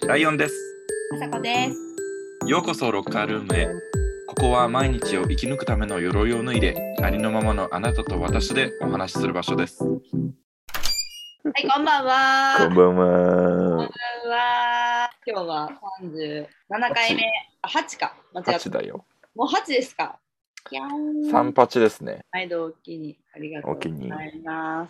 ライオンです。 あさこです。 ようこそロッカールームへ。ここは毎日を生き抜くための鎧を脱いで、ありのままのあなたと私でお話しする場所です。 はい、こんばんは。 こんばんは。 今日は37回目。8か。間違った。 8だよ。 もう8ですか。 3八ですね。 毎度お気にありがとうございます。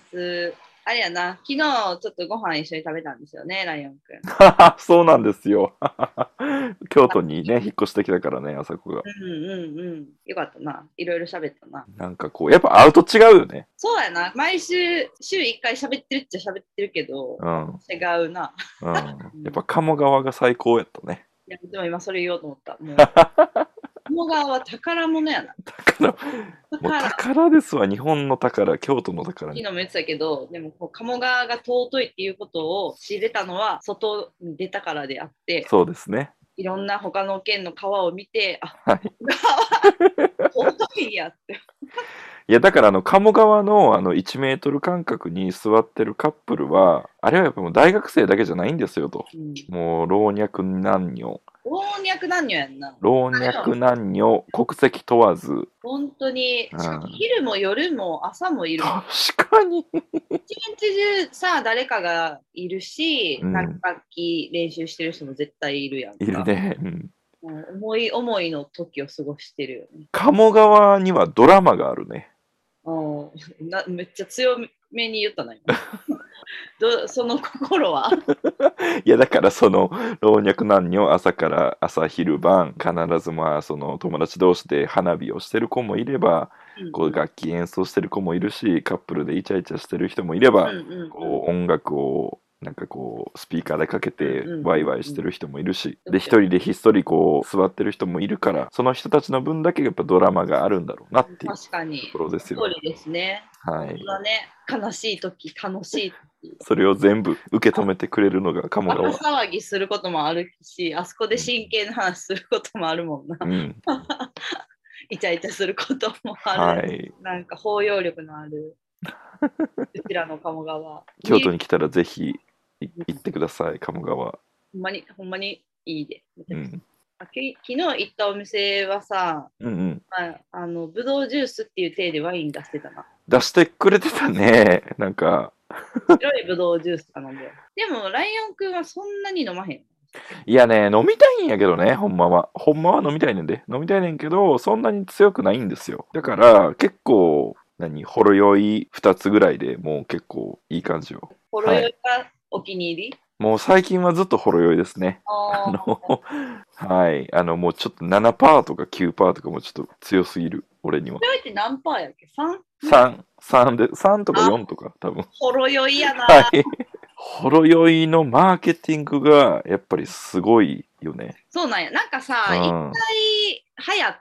あれやな、昨日ちょっとご飯一緒に食べたんですよね、ライオンくん。 そうなんですよ。京都にね、引っ越してきたからね、あさこが。 よかったな。いろいろ喋ったな。 なんかこう、やっぱ会うと違うよね。 そうやな。毎週、週1回喋ってるっちゃ喋ってるけど、違うな。 やっぱ鴨川が最高やったね。 いや、でも今それ言おうと思った。もう鴨川は宝物やな。 宝ですわ。日本の宝、京都の宝。 昨日も言ってたけど、でもこう鴨川が尊いっていうことを知れたのは外に出たからであって、 そうですね。 いろんな他の県の川を見て、 はい、 鴨川は尊いんやって。 いやだから鴨川の1メートル間隔に座ってるカップルはあれはやっぱもう大学生だけじゃないんですよと、もう老若男女やんな。 老若男女国籍問わず本当に、昼も夜も朝もいる。 確かに一日中さ誰かがいるし、楽器練習してる人も絶対いるやんか。 いるね、 思い思いの時を過ごしてるよね。 鴨川にはドラマがあるね。 めっちゃ強めに言ったな今その心はいやだからその老若男女朝昼晩必ずまあその友達同士で花火をしてる子もいれば、こう楽器演奏してる子もいるし、カップルでイチャイチャしてる人もいれば、こう音楽をなんかこうスピーカーでかけてワイワイしてる人もいるし、で一人でひっそりこう座ってる人もいるから、その人たちの分だけやっぱドラマがあるんだろうなっていうところですよ。 そうですね。 はい。 悲しい時楽しい時、 それを全部受け止めてくれるのが鴨川。 騒ぎすることもあるし、あそこで真剣な話することもあるもんな。イチャイチャすることもある。なんか包容力のあるうちらの鴨川。 京都に来たらぜひ行ってください、鴨川。 ほんまにいいで。昨日行ったお店はさ、ぶどうジュースっていう体でワイン出してたな。 出してくれてたね。なんか白いぶどうジュース頼んで。でもライオンくんはそんなに飲まへん。 いやね、飲みたいんやけどね、ほんまは飲みたいねんで。飲みたいねんけど、そんなに強くないんですよ。だから結構ほろ酔い2つぐらいでもう結構いい感じよ。 ほろ酔いがお気に入り？ もう最近はずっとほろ酔いですね。はい。もうちょっと7%とか9%とかもちょっと強すぎる、俺には。 ほろ酔いって何パーやっけ？ 3 で、3とか4とか多分。 ほろ酔いやな。 はい。ほろ酔いのマーケティングがやっぱりすごいよね。 そうなんや。なんかさ、一回流行って、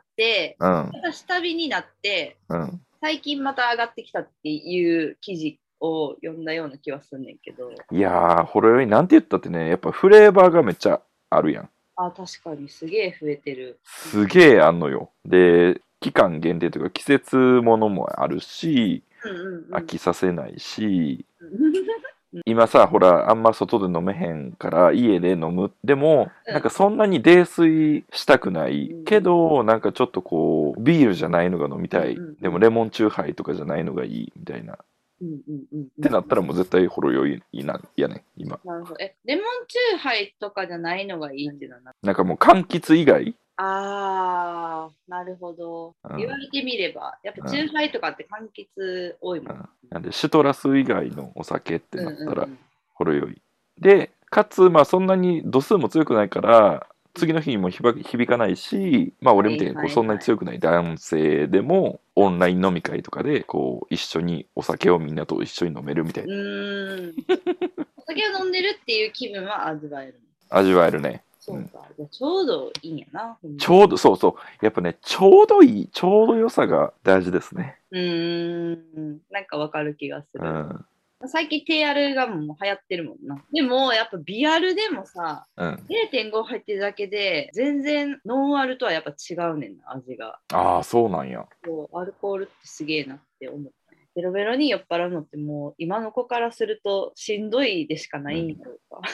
また下火になって、最近また上がってきたっていう記事を読んだような気はすんねんけど。 いやー、ほろ酔いなんて言ったってね、やっぱフレーバーがめっちゃあるやん。 確かにすげえ増えてる。 すげえあんのよ。で、期間限定というか季節ものもあるし、飽きさせないし、今さ、ほら、あんま外で飲めへんから家で飲む。でも、なんかそんなに泥酔したくないけど、なんかちょっとこう、ビールじゃないのが飲みたい。でもレモンチューハイとかじゃないのがいいみたいな。ってなったらもう絶対ほろ酔いやね今。 なるほど。レモンチューハイとかじゃないのがいいってのはなんかもう柑橘以外？ なるほど。言われてみれば、やっぱチューハイとかって柑橘多いもん。 なんでシトラス以外のお酒ってなったらほろ酔い。で、かつまあそんなに度数も強くないから、次の日にも響かないし、まあ俺みたいにこうそんなに強くない男性でもオンライン飲み会とかでこう一緒にお酒をみんなと一緒に飲めるみたいな。 お酒を飲んでるっていう気分は味わえる。 味わえるね。 そうか、ちょうどいいんやな。 ちょうど、そうそう。やっぱね、ちょうどいい、ちょうど良さが大事ですね。 なんかわかる気がする。最近低アルがもう流行ってるもんな。でもやっぱビアルでもさ、0.5 入ってるだけで全然ノンアルとはやっぱ違うねんな、味が。 そうなんや。 アルコールってすげえなって思った。ベロベロに酔っ払うのってもう今の子からするとしんどいでしかないんだろうか。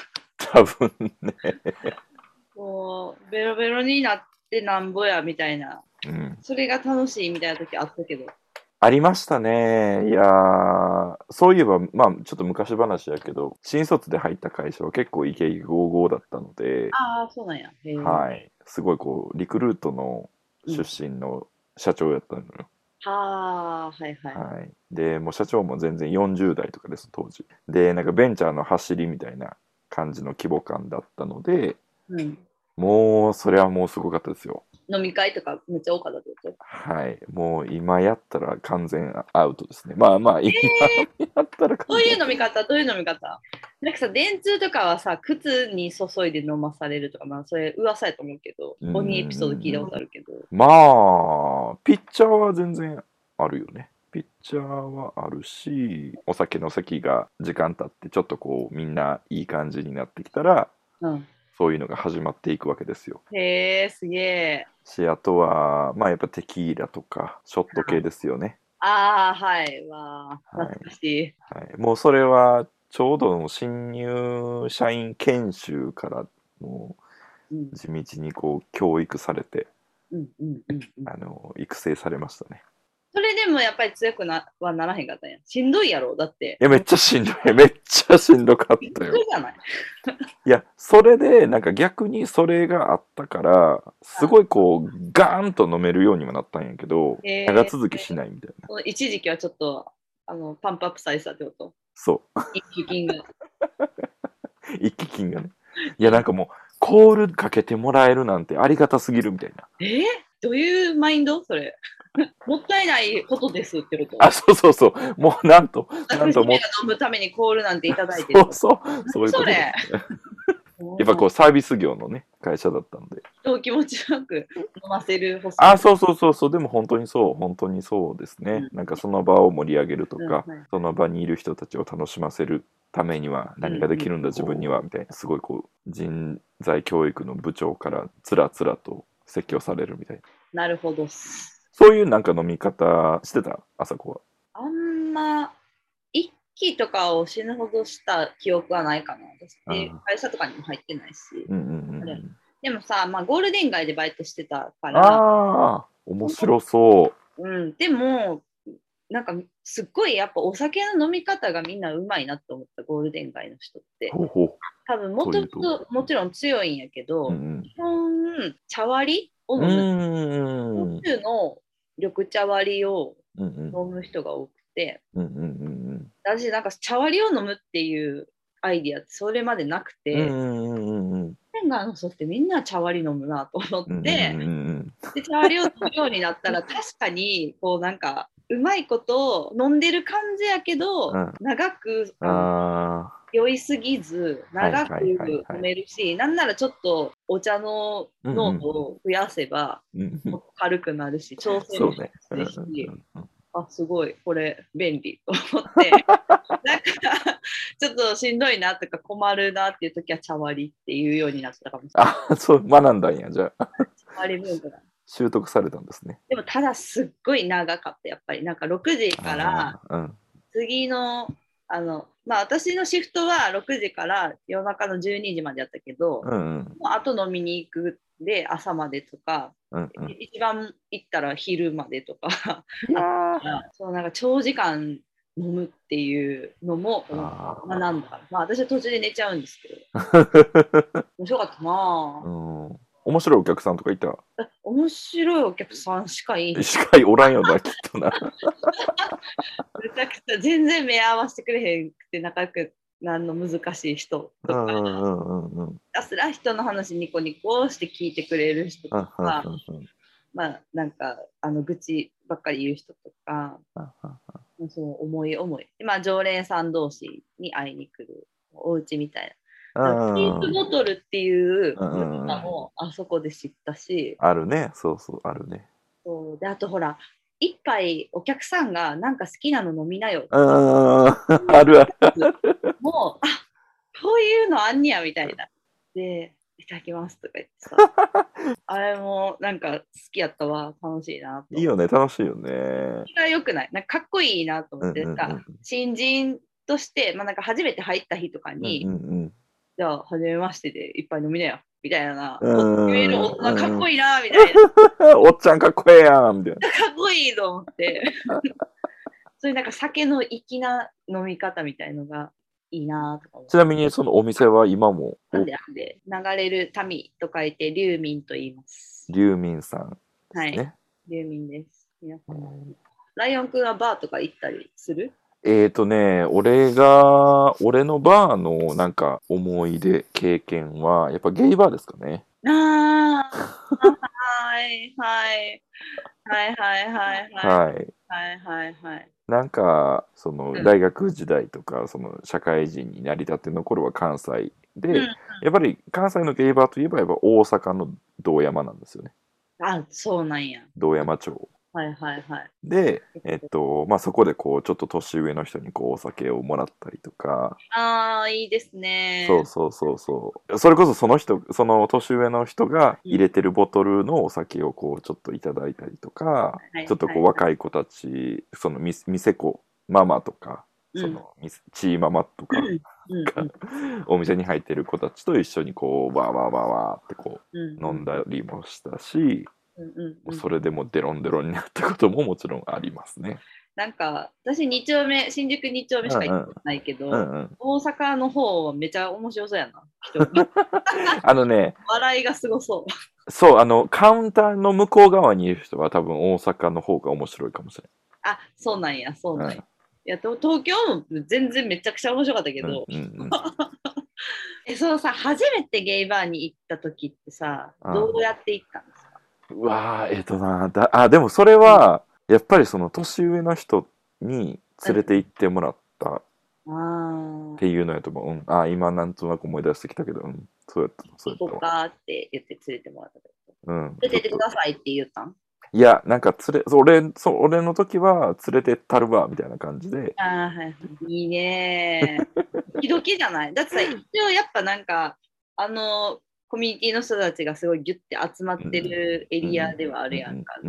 多分ね。 こう、ベロベロになってなんぼやみたいな。それが楽しいみたいな時あったけど。 ありましたね。いやー、そういえば、まあ、ちょっと昔話やけど、新卒で入った会社は結構イケイケゴーゴーだったので、 ああ、そうなんや。 はい。すごいこう、リクルートの出身の社長やったのよ。 はあ、はいはい。 はい。で、もう社長も全然40代とかです、当時。で、なんかベンチャーの走りみたいな感じの規模感だったので、もう、それはもうすごかったですよ。 飲み会とかめっちゃ多かったってこと？ はい。もう今やったら完全アウトですね。まあまあ、今やったらどういう飲み方？どういう飲み方？なんかさ、電通とかはさ、靴に注いで飲まされるとか、まあ、それ噂やと思うけど、鬼エピソード聞いたことあるけど。 まあ、ピッチャーは全然あるよね。ピッチャーはあるし、お酒の席が時間経ってちょっとこうみんないい感じになってきたら、そういうのが始まっていくわけですよ。 へえ、すげえ。 あとは、まあやっぱテキーラとか、ショット系ですよね。 ああ、はい。わあ、懐かしい。 はい。もうそれは、ちょうど新入社員研修からもう地道にこう教育されて、育成されましたね。 それでもやっぱり強くはならへんかったんや。しんどいやろだって。 いや、めっちゃしんどい。めっちゃしんどかったよ。いや、それで、なんか逆にそれがあったから、すごいこう、ガーンと飲めるようにもなったんやけど、長続きしないみたいな。 一時期はちょっと、パンプアップされてたってこと？ そう。 一気金が。 一気金がね。いや、なんかもう、コールかけてもらえるなんてありがたすぎるみたいな。 どういうマインドそれ？もったいないことですってこと？ あ、そうそうそう。もうなんとも。飲むためにコールなんていただいて。 そういうことですね。やっぱこうサービス業のね、会社だったんで。 人を気持ちよく飲ませる。 あ、そう。でも本当にそうですね。なんかその場を盛り上げるとか、その場にいる人たちを楽しませるためには何ができるんだ自分にはみたいな、すごいこう人材教育の部長からつらつらと説教されるみたいな。 なるほど。 そういうなんか飲み方してた？朝子は。 あんま一期とかを死ぬほどした記憶はないかな。私って会社とかにも入ってないし。でもさ、まあ、ゴールデン街でバイトしてたから。 ああ、面白そう。 でも、なんかすっごいやっぱお酒の飲み方がみんなうまいなと思った、ゴールデン街の人って。多分もともともちろん強いんやけど、基本茶割りを飲む。宇宙の緑茶割りを飲む人が多くて、私なんか茶割りを飲むっていうアイディアってそれまでなくて、ゴールデン街の人ってみんな茶割り飲むなと思って、で茶割りを飲むようになったら確かにこうなんかうまいこと飲んでる感じやけど、長く酔いすぎず長く飲めるし、なんならちょっとお茶の濃度を増やせばもっと軽くなるし、調整もしやすいし、あ、すごいこれ便利と思ってなんかちょっとしんどいなとか困るなっていう時は茶割りっていうようになったかもしれない。 あ、そう学んだんや。じゃあ茶割り文化だ。 習得されたんですね。 でもただすっごい長かった。やっぱりなんか6時から次のまあ私のシフトは6時から夜中の12時までやったけど、あと飲みに行くで朝までとか、一番行ったら昼までとかそうなんか長時間飲むっていうのも学んだ。まあ私は途中で寝ちゃうんですけど面白かったなぁ。 面白いお客さんとかいた？ 面白いお客さんしかおらんよな、きっとな。 めちゃくちゃ全然目合わせてくれへんくて仲良くなんの難しい人とか、ひたすら人の話ニコニコして聞いてくれる人とか、まあなんか愚痴ばっかり言う人とか、そう思いまあ常連さん同士に会いに来るお家みたいな。ピークボトルっていう文化もあそこで知ったし、 あるね、そうあるね。 そうで、あとほら一杯お客さんがなんか好きなの飲みなよあるもうこういうのあんにやみたいなで、いただきますとか言ってさあれもなんか好きやったわ、楽しいなと。 いいよね、楽しいよね。 がよくない？なんかかっこいいなと思ってさ、新人として、まあ、なんか初めて入った日とかに、 じゃあ、初めましてでいっぱい飲みなよ。みたいな。言える大人かっこいいな、みたいな。おっちゃんかっこええやん、みたいな。 かっこいいと思って。そういうなんか酒の粋な飲み方みたいのがいいなとか思って。 ちなみにそのお店は今も。 なんで流れる民と書いて、流民と言います。 流民さんですね。 はい。流民です。皆さん。ライオンくんはバーとか行ったりする？ 俺のバーのなんか思い出、経験は、やっぱゲイバーですかね。 はい、はい。はいはいはいはい。はいはいはい。 なんか、その大学時代とか、その社会人になりたての頃は関西で、やっぱり関西のゲイバーといえば、やっぱ大阪の堂山なんですよね。 あ、そうなんや。 堂山町。 はいはいはい。 で、そこでこう、ちょっと年上の人にこう、お酒をもらったりとか。 ああ、いいですね。 そう。それこそその年上の人が入れてるボトルのお酒をこう、ちょっといただいたりとか、ちょっとこう、若い子たち、その店子ママとか、そのチーママとか、お店に入ってる子たちと一緒にこう、バーってこう、飲んだりもしたし、それでもデロンデロンになったことももちろんありますね。 なんか私2丁目、新宿2丁目しか行ってないけど、大阪の方はめちゃ面白そうやな。笑いがすごそう。 そう、カウンターの向こう側にいる人は多分大阪の方が面白いかもしれない。 あ、そうなんや。いや、東京も全然めちゃくちゃ面白かったけど、そうさ、初めてゲイバーに行った時ってさ、どうやって行ったんですか？ うわでもそれは、やっぱりその年上の人に連れて行ってもらったっていうのやと思う。今なんとなく思い出してきたけど、そうやった。 行こうかって言って連れてもらった。連れてってくださいって言ったん？ いや、なんか俺の時は連れてったるわみたいな感じで。 いいね。ドキドキじゃない？だってさ、一応やっぱなんか、コミュニティの人たちがすごいギュッて集まってるエリアではあるやんか、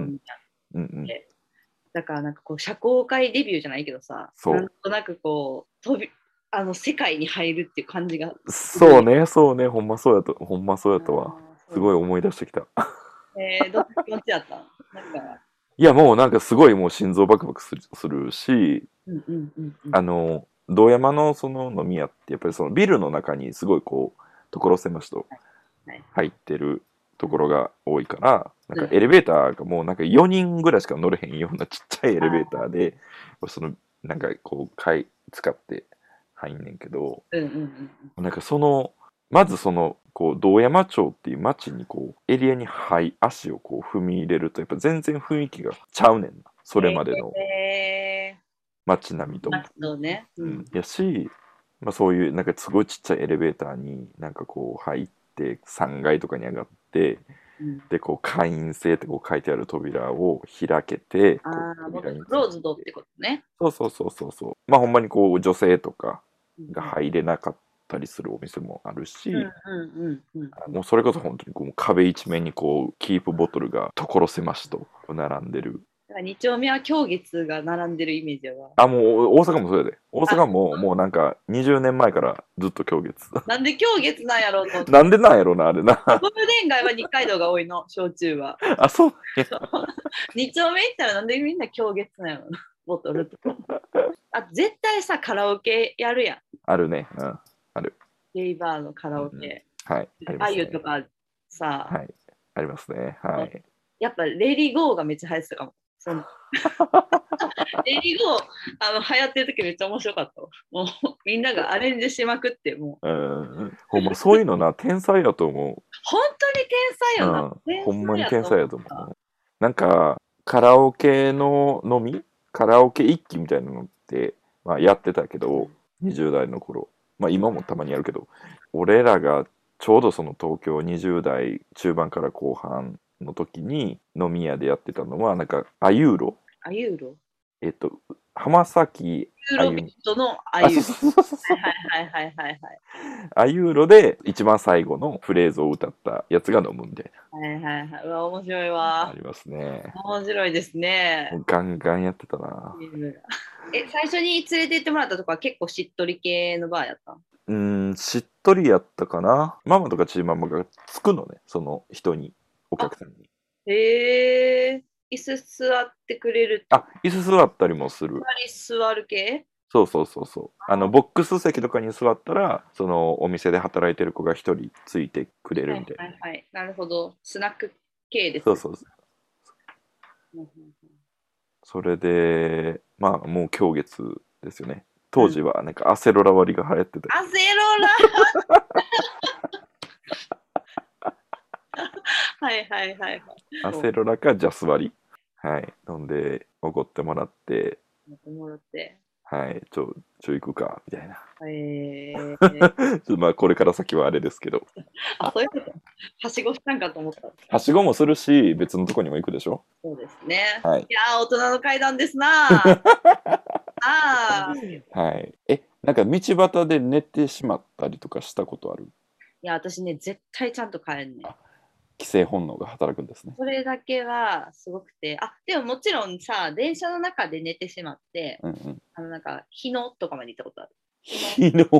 だからなんかこう社交界デビューじゃないけどさ、なんとなくこう世界に入るっていう感じが。 そうね、ほんまそうやったわ。すごい思い出してきた。 どっち気持ちやった？ いや、もうなんかすごいもう心臓バクバクするし、堂山のその飲み屋ってやっぱりそのビルの中にすごいこう所狭しと入ってるところが多いから、なんかエレベーターがもうなんか4人ぐらいしか乗れへんようなちっちゃいエレベーターで、そのなんかこう使って入んねんけど、なんかまずそのこう堂山町っていう町にこうエリアに足をこう踏み入れるとやっぱ全然雰囲気がちゃうねんな、それまでの町並みと。やし、そういうなんかすごいちっちゃいエレベーターになんかこう入って3階とかに上がって、でこう会員制ってこう書いてある扉を開けて、 ローズドってことね。 そう。ほんまにこう女性とかが入れなかったりするお店もあるし、もうそれこそ本当にこう壁一面にこうキープボトルが所狭しと並んでる。 2丁目は狂月が並んでるイメージは。 もう大阪もそうやで。大阪ももうなんか20年前からずっと狂月。 なんで狂月なんやろうと。 なんでなんやろうな、あれな。 ゴールデン街は二階堂が多いの、焼酎は。 そう 2丁目行ったらなんでみんな狂月なんやろな、ボトルとか。絶対さ、カラオケやるやん。 あるね。ある。 ゲイバーのカラオケ。 はい。 あゆとかさ。 はい。ありますね。はい。 やっぱレディーゴーがめっちゃ流行ってたかも。レディーゴー流行ってる時めっちゃ面白かった。もうみんながアレンジしまくってもう。 ほんまそういうのな、天才やと思う。 本当に天才よな。 ほんまに天才やと思う。なんかカラオケのカラオケ一揆みたいなのって、やってたけど、20代の頃。今もたまにやるけど、俺らがちょうどその東京20代中盤から後半の時に飲み屋でやってたのはなんかアユーロ浜崎あゆみのアユーロアユーロで一番最後のフレーズを歌ったやつが飲むみたいな。うわ面白いわ。 ありますね。 面白いですね。 ガンガンやってたな。 最初に連れて行ってもらったとこは結構しっとり系のバーやった？ しっとりやったかな。ママとかチーママがつくのね、その人に、お客さんに。 へえ、椅子座ってくれる。 椅子座ったりもする。 座る系？ そう。ボックス席とかに座ったら、そのお店で働いてる子が一人ついてくれるみたいな。 はい。なるほど。スナック系です。 そう。それで、まあ、もう今月ですよね。当時はなんかアセロラ割りが流行ってて。 アセロラはい。 アセロラかジャス割り。はい。飲んで、おごってもらって、はい、ちょ行くか、みたいな。まあ、これから先はあれですけど。 そういうこと。はしごしたんかと思った。 はしごもするし、別のとこにも行くでしょ。 そうですね。 はい。 いや大人の階段ですなはい。なんか道端で寝てしまったりとかしたことある？ いや、私ね、絶対ちゃんと帰るね。 規制本能が働くんですね。 それだけはすごくて、でももちろんさ、電車の中で寝てしまって、なんか日野とかまで行ったことある。 日野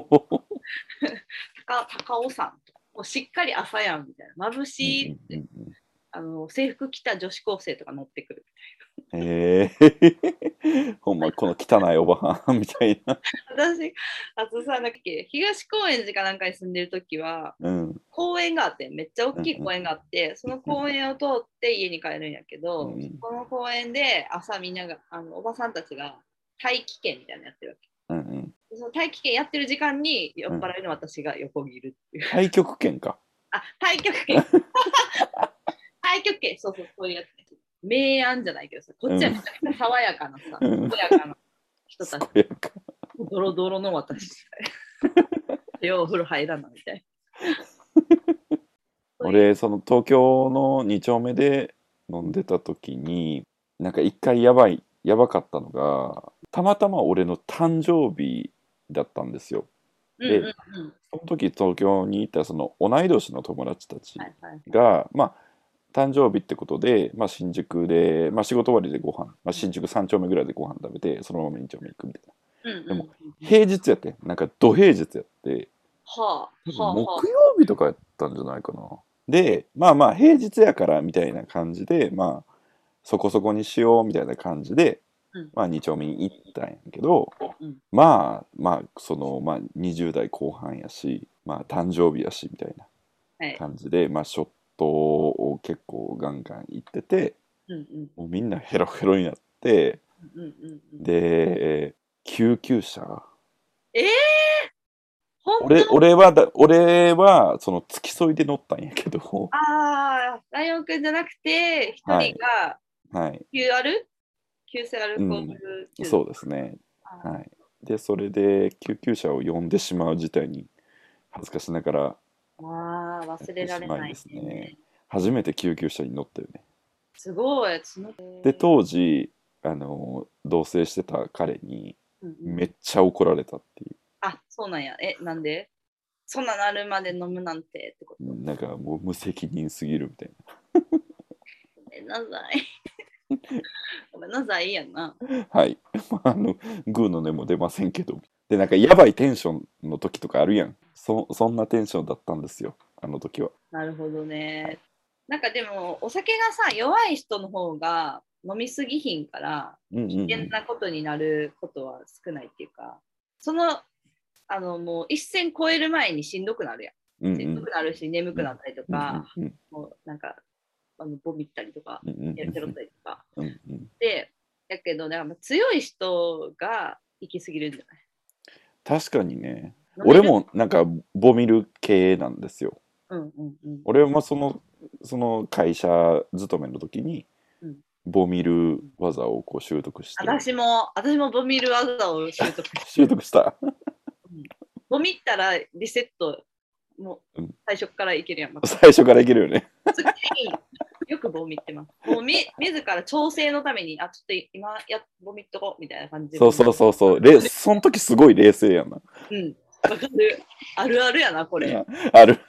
高尾山とか、もうしっかり朝やんみたいな、眩しいって、制服着た女子高生とか乗ってくるみたいな。 ほんまこの汚いおばはんみたいな。 私、あとさ、なんだっけ、東高円寺かなんかに住んでるときは、公園があって、めっちゃ大きい公園があって、その公園を通って家に帰るんやけど、この公園で朝みんなが、おばさんたちが待機券みたいなのやってるわけ。その待機券やってる時間に酔っ払いの私が横切るっていう。 太極拳か。 太極拳。太極拳、そういうやつね。明暗じゃないけどさ、こっちはめちゃくちゃ爽やかなさ、健やかな人たち。ドロドロの私。ようお風呂入らなみたいな。 俺、その東京の2丁目で飲んでた時に、なんか一回やばかったのが、たまたま俺の誕生日だったんですよ。で、その時東京にいたその同い年の友達たちが、まあ誕生日ってことで、まあ、新宿で、まあ、仕事終わりでご飯、まあ、新宿3丁目ぐらいでご飯食べてそのまま2丁目行くみたいな。でも平日やって、なんか土平日やって、木曜日とかやったんじゃないかな。でまあ平日やからみたいな感じで、まあそこそこにしようみたいな感じで、まあ2丁目に行ったんやけど、まあそのまあ20代後半やし、まあ誕生日やしみたいな感じで、まあショットを結構ガンガン行ってて、もうみんなヘロヘロになって、で救急車、俺はその付き添いで乗ったんやけど、 ライオンくんじゃなくて一人が QR？ 急性アルコール、 そうですね。はい。でそれで救急車を呼んでしまう事態に恥ずかしながら忘れられないですね。初めて救急車に乗ったよね。 すごい。 で当時同棲してた彼にめっちゃ怒られたっていう。 そうなんや。なんで？そんななるまで飲むなんてってこと？ なんかもう無責任すぎるみたいな。ごめんなさい。ごめんなさいやな。 はい。グーの音も出ませんけど。でなんかやばいテンションの時とかあるやん。そんなテンションだったんですよ、あの時は。 なるほどね。なんかでもお酒がさ弱い人の方が飲みすぎひんから危険なことになることは少ないっていうか、もう一線超える前にしんどくなるやん。しんどくなるし眠くなったりとか、もうなんかボミったりとか、やってろったりとか。で、やけど、強い人が行き過ぎるんじゃない？ 確かにね。俺もなんかボミる系なんですよ。俺はその会社勤めの時に、ボミる技をこう習得して。 私もボミる技を習得習得した。 ボミったらリセット、もう最初からいけるやん。 最初からいけるよね。 よくボミってます。もう自ら調整のために、ちょっと今ボミっとこうみたいな感じで。そう。 その時すごい冷静やな。 わかる。あるあるやな、これ。 ある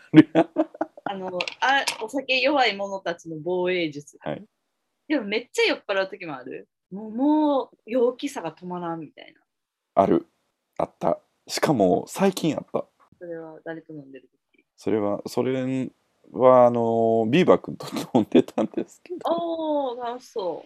お酒弱い者たちの防衛術。でもめっちゃ酔っ払う時もある。もう陽気さが止まらんみたいな。 あった。しかも最近あった。 誰と飲んでる時。 それはビーバー君と飲んでたんですけど。 おー、楽しそう。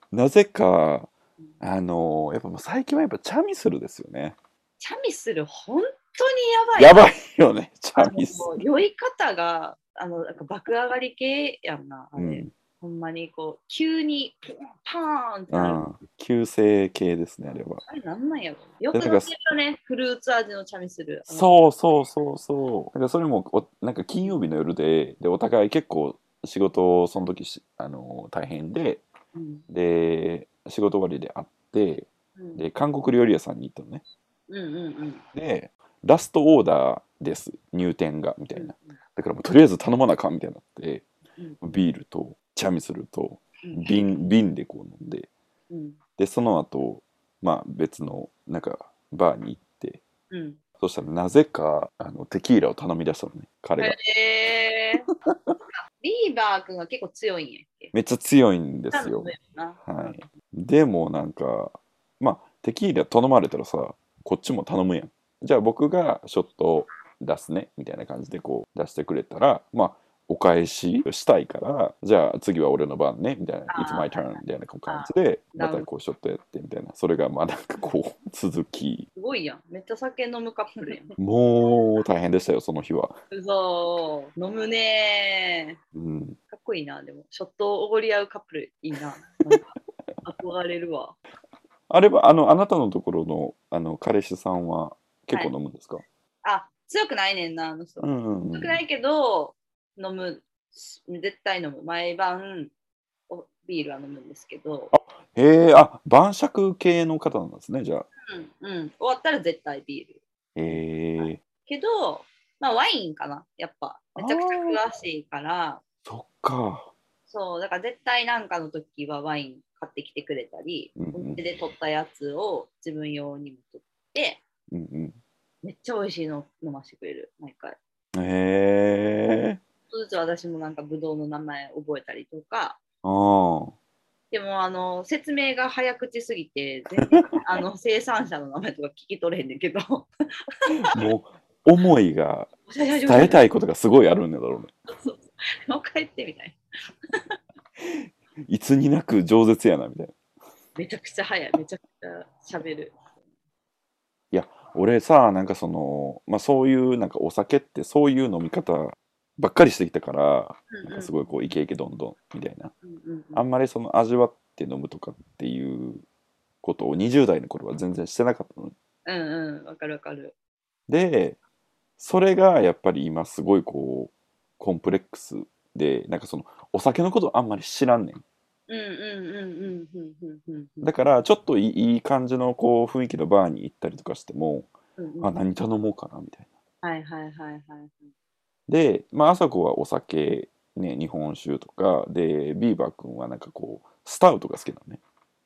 なぜか、やっぱもう最近はやっぱチャミスルですよね。 チャミスル、本当にやばい。 やばいよね、チャミスル。 酔い方が、なんか爆上がり系やんな、あれ。ほんまにこう、急にパーンってなる。 急性系ですね、あれは。 あれなんなんやろ。よく飲んでるよね、フルーツ味のチャミスル。 そう。だからそれもなんか金曜日の夜でお互い結構仕事その時大変で、で仕事終わりで会って、で韓国料理屋さんに行ったのね。でラストオーダーです入店がみたいな。だからもうとりあえず頼まなあかんみたいになって、ビールとチャミスルと瓶でこう飲んで、でその後別のなんかバーに行って、そしたらなぜかテキーラを頼み出したのね、彼が。 ビーバー君は結構強いんやっけ。 めっちゃ強いんですよ。はい。でもなんかテキーラ頼まれたらさ、こっちも頼むやん。じゃあ僕がショット出すねみたいな感じでこう出してくれたら、お返ししたいから、じゃあ次は俺の番ねみたいな、It's my turn みたいな感じで、またこうショットやってみたいな、それがなんかこう続き。 すごいやん、めっちゃ酒飲むカップルやん。 もう大変でしたよ、その日は。 飲むねー。かっこいいな、でも、ショットをおごり合うカップルいいな。憧れるわ。 あれはあなたのところの彼氏さんは結構飲むんですか？ 強くないねんな、あの人。強くないけど、飲む、絶対飲む。毎晩ビールは飲むんですけど。 晩酌系の方なんですね、じゃあ。 終わったら絶対ビール。けど、ワインかな、やっぱ。めちゃくちゃ詳しいから。 そっか。 そう、だから絶対なんかの時はワイン買ってきてくれたり、お店で取ったやつを自分用にも取って、めっちゃ美味しいの飲ませてくれる、毎回。ちょっとずつ私もなんかブドウの名前覚えたりとか。でも説明が早口すぎて全然生産者の名前とか聞き取れへんねんけどもう思いが伝えたいことがすごいあるんだろうね。 もう帰ってみたいないつになく饒舌やなみたいな。 めちゃくちゃ早い、めちゃくちゃ喋る。 いや俺さ、なんかそういうなんかお酒ってそういう飲み方ばっかりしてきたから、なんかすごいこうイケイケどんどんみたいな、あんまり味わって飲むとかっていうことを20代の頃は全然してなかったの。 わかるわかる。 でそれがやっぱり今すごいこうコンプレックスで、なんかお酒のことあんまり知らんねん。だからちょっといい感じのこう雰囲気のバーに行ったりとかしても、何頼もうかなみたいな。で、朝子はお酒ね、日本酒とかで、ビーバー君はなんかこうスタウトが好きなのね。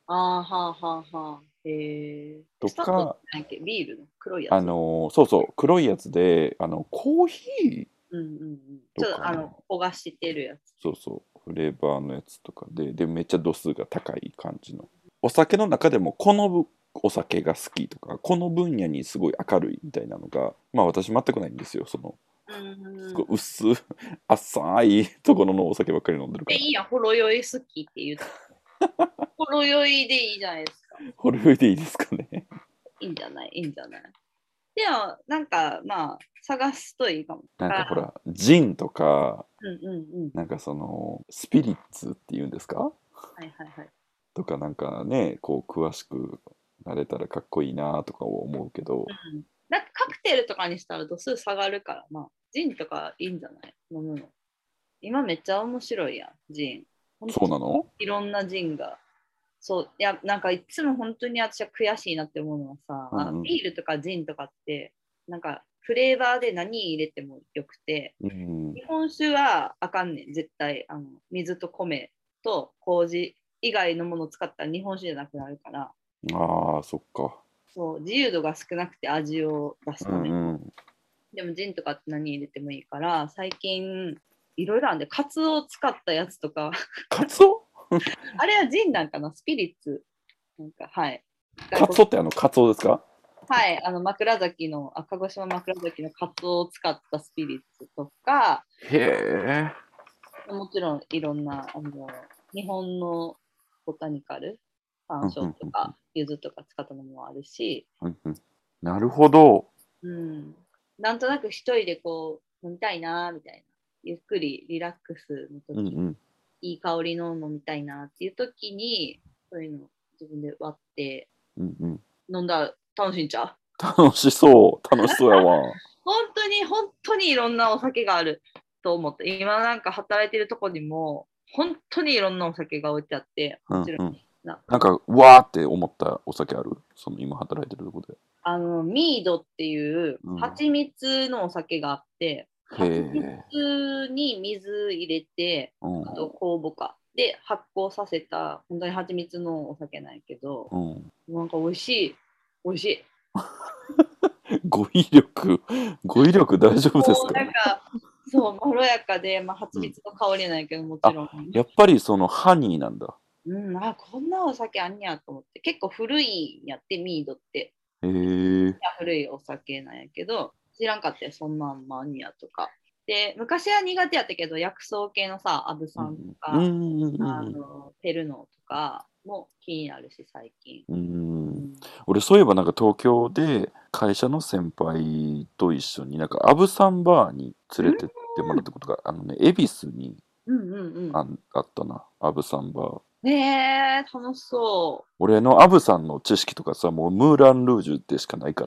とか、ビールの黒いやつ。 そう黒いやつでコーヒーちょっと焦がしてるやつ。 フレーバーのやつとかでめっちゃ度数が高い感じのお酒の中でも、このお酒が好きとかこの分野にすごい明るいみたいなのが私全くないんですよ。すごい薄浅いところのお酒ばっかり飲んでるから。 いいや、ほろ酔い好きって言うほろ酔いでいいじゃないですか。 ほろ酔いでいいですかね。 いいんじゃない、いいんじゃない。でもなんか探すといいかも。 なんかほらジンとか、なんかスピリッツっていうんですか、とかなんかね、こう詳しくなれたらかっこいいなとか思うけど、 なんかカクテルとかにしたら度数下がるからジンとかいいんじゃない、飲むの。今めっちゃ面白いやん、ジン。 そうなの？ いろんなジンが。そう、いや、なんかいつも本当に私は悔しいなって思うのはさ、ビールとかジンとかってなんかフレーバーで何入れてもよくて、日本酒はあかんねん、絶対。水と米と麹以外のものを使ったら日本酒じゃなくなるから。 そっか。 そう自由度が少なくて味を出すために、でもジンとかって何入れてもいいから、最近いろいろあるんで、カツオを使ったやつとか。 カツオあれはジンなんかな、スピリッツなんか。 カツオってカツオですか？ はい、枕崎の、鹿児島枕崎のカツオを使ったスピリッツとか、 へえ。 もちろんいろんな日本のボタニカル、山椒とか柚子とか使ったものもあるし、 なるほど。 なんとなく一人でこう飲みたいなみたいな、ゆっくりリラックスの時、いい香りの飲みたいなっていう時に、そういうのを自分で割って飲んだら楽しいんちゃう？ 楽しそう。楽しそうやわ。 本当にいろんなお酒があると思って、今なんか働いてるとこにも本当にいろんなお酒が置いてあって、もちろんなんかわーって思ったお酒ある？その今働いてるとこで。 ミードっていう蜂蜜のお酒があって、蜂蜜に水入れて、あと酵母かで発酵させた本当に蜂蜜のお酒なんやけど、なんか美味しい。 語彙力大丈夫ですか？ なんかそうまろやかで、蜂蜜の香りなんやけど、もちろんやっぱりそのハニーなんだ。 こんなお酒あんにゃと思って、結構古いんやって、ミードって。古いお酒なんやけど、知らんかったよ、そんなんもあんにゃとか。で、昔は苦手やったけど、薬草系のさ、アブさんとか、ペルノとかも気になるし、最近。 俺、そういえばなんか東京で会社の先輩と一緒になんかアブサンバーに連れてってもらったことが、恵比寿にあったな、アブサンバー。 楽しそう。 俺のアブさんの知識とかさ、もうムーラン・ルージュでしかないから。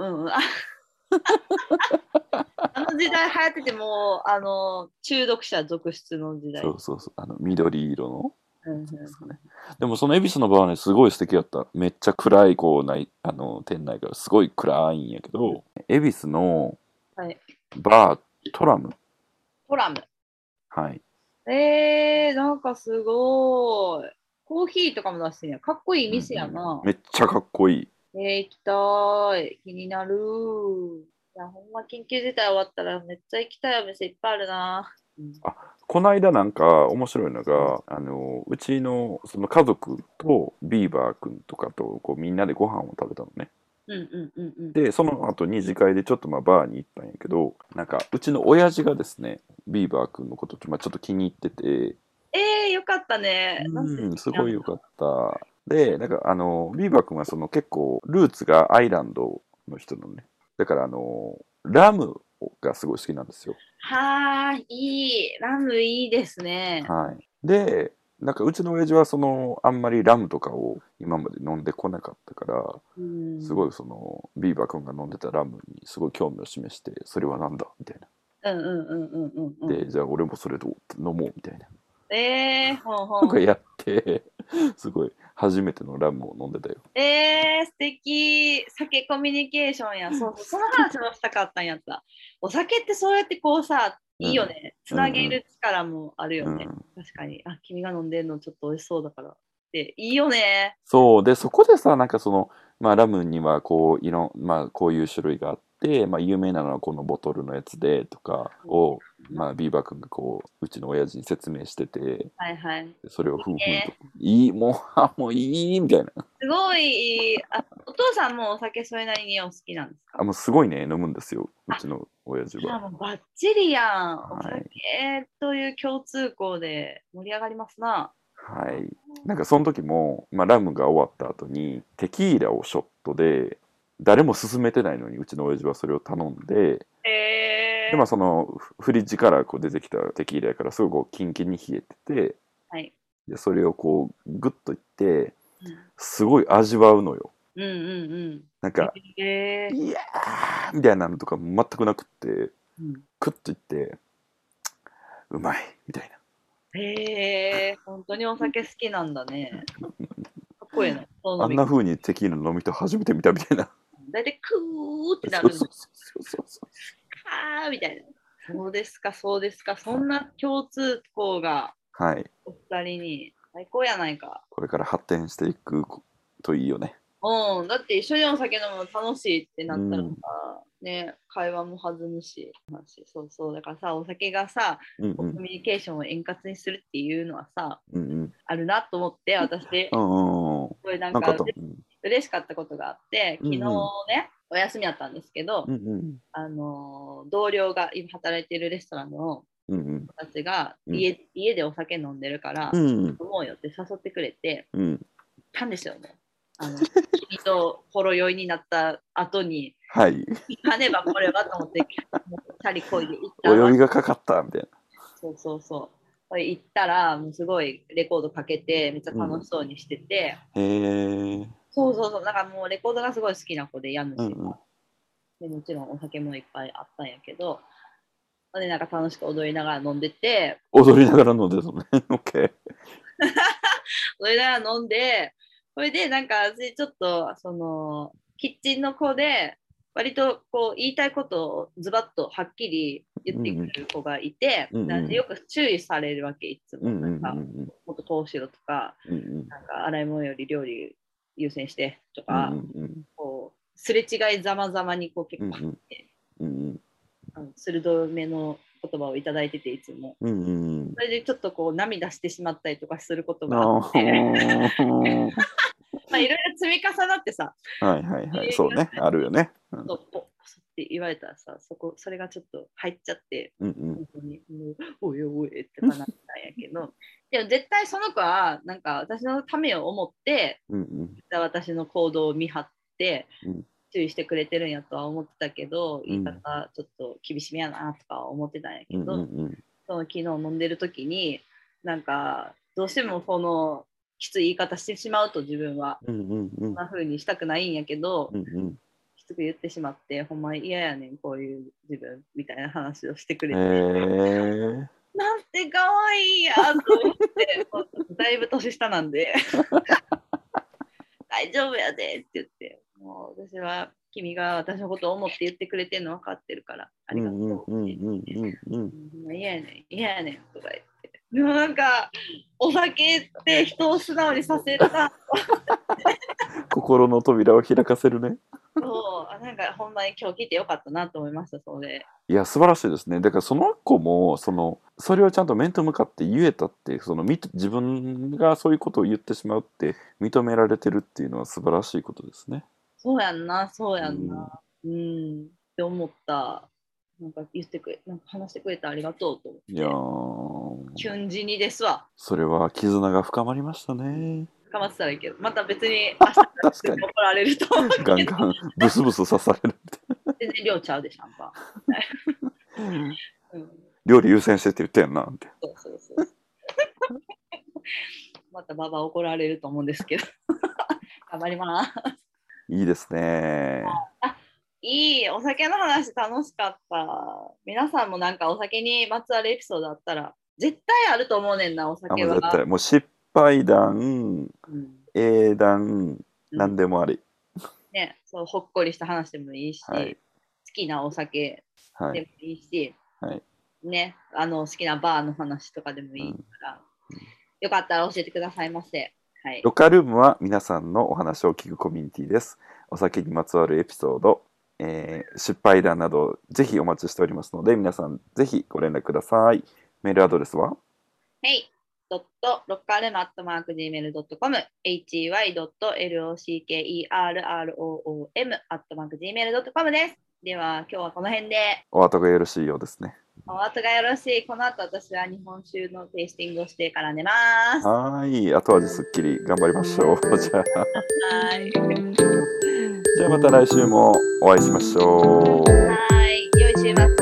あの時代流行ってても中毒者続出の時代。 そう、緑色の。でもその恵比寿のバーね、すごい素敵だった。めっちゃ暗いこう店内がすごい暗いんやけど、恵比寿のバー、トラム。はい。 なんかすごい。コーヒーとかも出してんや。かっこいい店やな。 めっちゃかっこいい。 行きたい。気になる。いや、ほんま緊急事態終わったらめっちゃ行きたいお店いっぱいあるな。 この間なんか面白いのが、うちのその家族とビーバー君とかとこうみんなでご飯を食べたのね。で、その後二次会でちょっとバーに行ったんやけど、なんかうちの親父がですね、ビーバー君のことちょっと気に入ってて。 よかったね。 すごいよかった。で、なんかビーバー君はその結構ルーツがアイランドの人のね。だからラムがすごい好きなんですよ。 いい。ラムいいですね。 で、なんかうちの親父はあんまりラムとかを今まで飲んでこなかったから、すごいビーバー君が飲んでたラムにすごい興味を示して、それはなんだみたいな。で、じゃあ俺もそれと飲もうみたいな。なんかやって、すごい初めてのラムを飲んでたよ。 素敵。酒コミュニケーションや。その話をしたかったんやった。お酒ってそうやってこうさ、いいよね。つなげる力もあるよね。確かに。君が飲んでんのちょっと美味しそうだからっていいよね。 そうで、そこでさ、なんかラムにはこうこういう種類があって、有名なのはこのボトルのやつでとかを、ビーバー君がこううちの親父に説明してて、それをふんふんといい、もういいみたいな。 すごい。お父さんもお酒それなりにお好きなんですか？ もうすごいね、飲むんですよ、うちの親父は。 バッチリやん。お酒という共通項で盛り上がりますな。 なんかその時も、ラムが終わった後にテキーラをショットで、誰も勧めてないのにうちの親父はそれを頼んで、でそのフリッジからこう出てきたテキーラやからすごいこうキンキンに冷えてて、でそれをこうグッといってすごい味わうのよ。なんかいやーみたいなのとか全くなくって、クッといってうまいみたいな。 本当にお酒好きなんだね。かっこいいな。 あんな風にテキーラ飲む人初めて見たみたいな。 だいたいクーってなるんだ。みたいな。そうですか。そんな共通項がお二人に最高やないか。 これから発展していくといいよね。 だって一緒にお酒飲むの楽しいってなったらさ、会話も弾むし。そうだからさ、お酒がさ、コミュニケーションを円滑にするっていうのはさ、あるなと思って、私。これなんか嬉しかったことがあって、昨日ね、お休みだったんですけど、同僚が今働いてるレストランの子たちが家でお酒飲んでるから、飲もうよって誘ってくれて、たんですよね。君とほろ酔いになった後に、 はい。 行かねばこれはと思って、チャリこいで行ったら。お酔いがかかったみたいな。 そう。これ行ったら、もうすごいレコードかけて、めっちゃ楽しそうにしてて。そう。なんかもうレコードがすごい好きな子で、家主が。でもちろんお酒もいっぱいあったんやけど、でなんか楽しく踊りながら飲んでて。 踊りながら飲んでるのね。OK。 踊りながら飲んで、それでなんか私ちょっとそのキッチンの子で割とこう言いたいことをズバッとはっきり言ってくる子がいて、よく注意されるわけいつも。なんかもっとこうしろとか、なんか洗い物より料理優先してとか、こうすれ違いざまざまにこう結構鋭めの言葉をいただいてていつも、それでちょっとこう涙してしまったりとかすることがあってまあいろいろ積み重なってさ、 そうね、あるよね。 ポって言われたらさ、それがちょっと入っちゃって、本当においおいってなったんやけど、でも絶対その子はなんか私のためを思って、私の行動を見張って、注意してくれてるんやとは思ってたけど、言い方ちょっと厳しめやなとか思ってたんやけど、その昨日飲んでる時になんかどうしてもそのきつい言い方してしまうと自分は、そんな風にしたくないんやけど、きつく言ってしまって、ほんま嫌やねんこういう自分みたいな話をしてくれて、なんてかわいいやと思ってだいぶ年下なんで大丈夫やでって言って、もう私は君が私のことを思って言ってくれてるの分かってるからありがとうって嫌やねんとか言って、でもなんかお酒って人を素直にさせるな心の扉を開かせるね。 そうなんかほんまに今日聞いてよかったなと思いました。それいや素晴らしいですね。だからその子もそれをちゃんと面と向かって言えたって、自分がそういうことを言ってしまうって認められてるっていうのは素晴らしいことですね。 そうやんなって思った。なんかなんか話してくれてありがとうと思って。 いやー、 キュン死にですわ。 それは絆が深まりましたね。 深まってたらいいけど、また別に明日から怒られると思うけど。 ガンガンブスブス刺されるみたいな。 全然量ちゃうでシャンパン。 料理優先してって言ってんなって。 そうまたババ怒られると思うんですけど頑張ります。 いいですね。 いいお酒の話楽しかった。皆さんもなんかお酒にまつわるエピソードあったら絶対あると思うねんな。お酒は絶対もう失敗談、英談、何でもあり、 ね、そうほっこりした話でもいいし、好きなお酒でもいいし、ね、好きなバーの話とかでもいいから、よかったら教えてくださいませ。 ロカルームは皆さんのお話を聞くコミュニティです。お酒にまつわるエピソード、失敗談などぜひお待ちしておりますので、皆さんぜひご連絡ください。メールアドレスは hey.lockerroom@gmail.com hey.lockerroom@gmail.com です。では今日はこの辺で。 お後がよろしいようですね。 お後がよろしい。この後私は日本酒のテイスティングをしてから寝ます。 後味すっきり頑張りましょう。じゃあじゃあまた来週もお会いしましょう。 良い週末。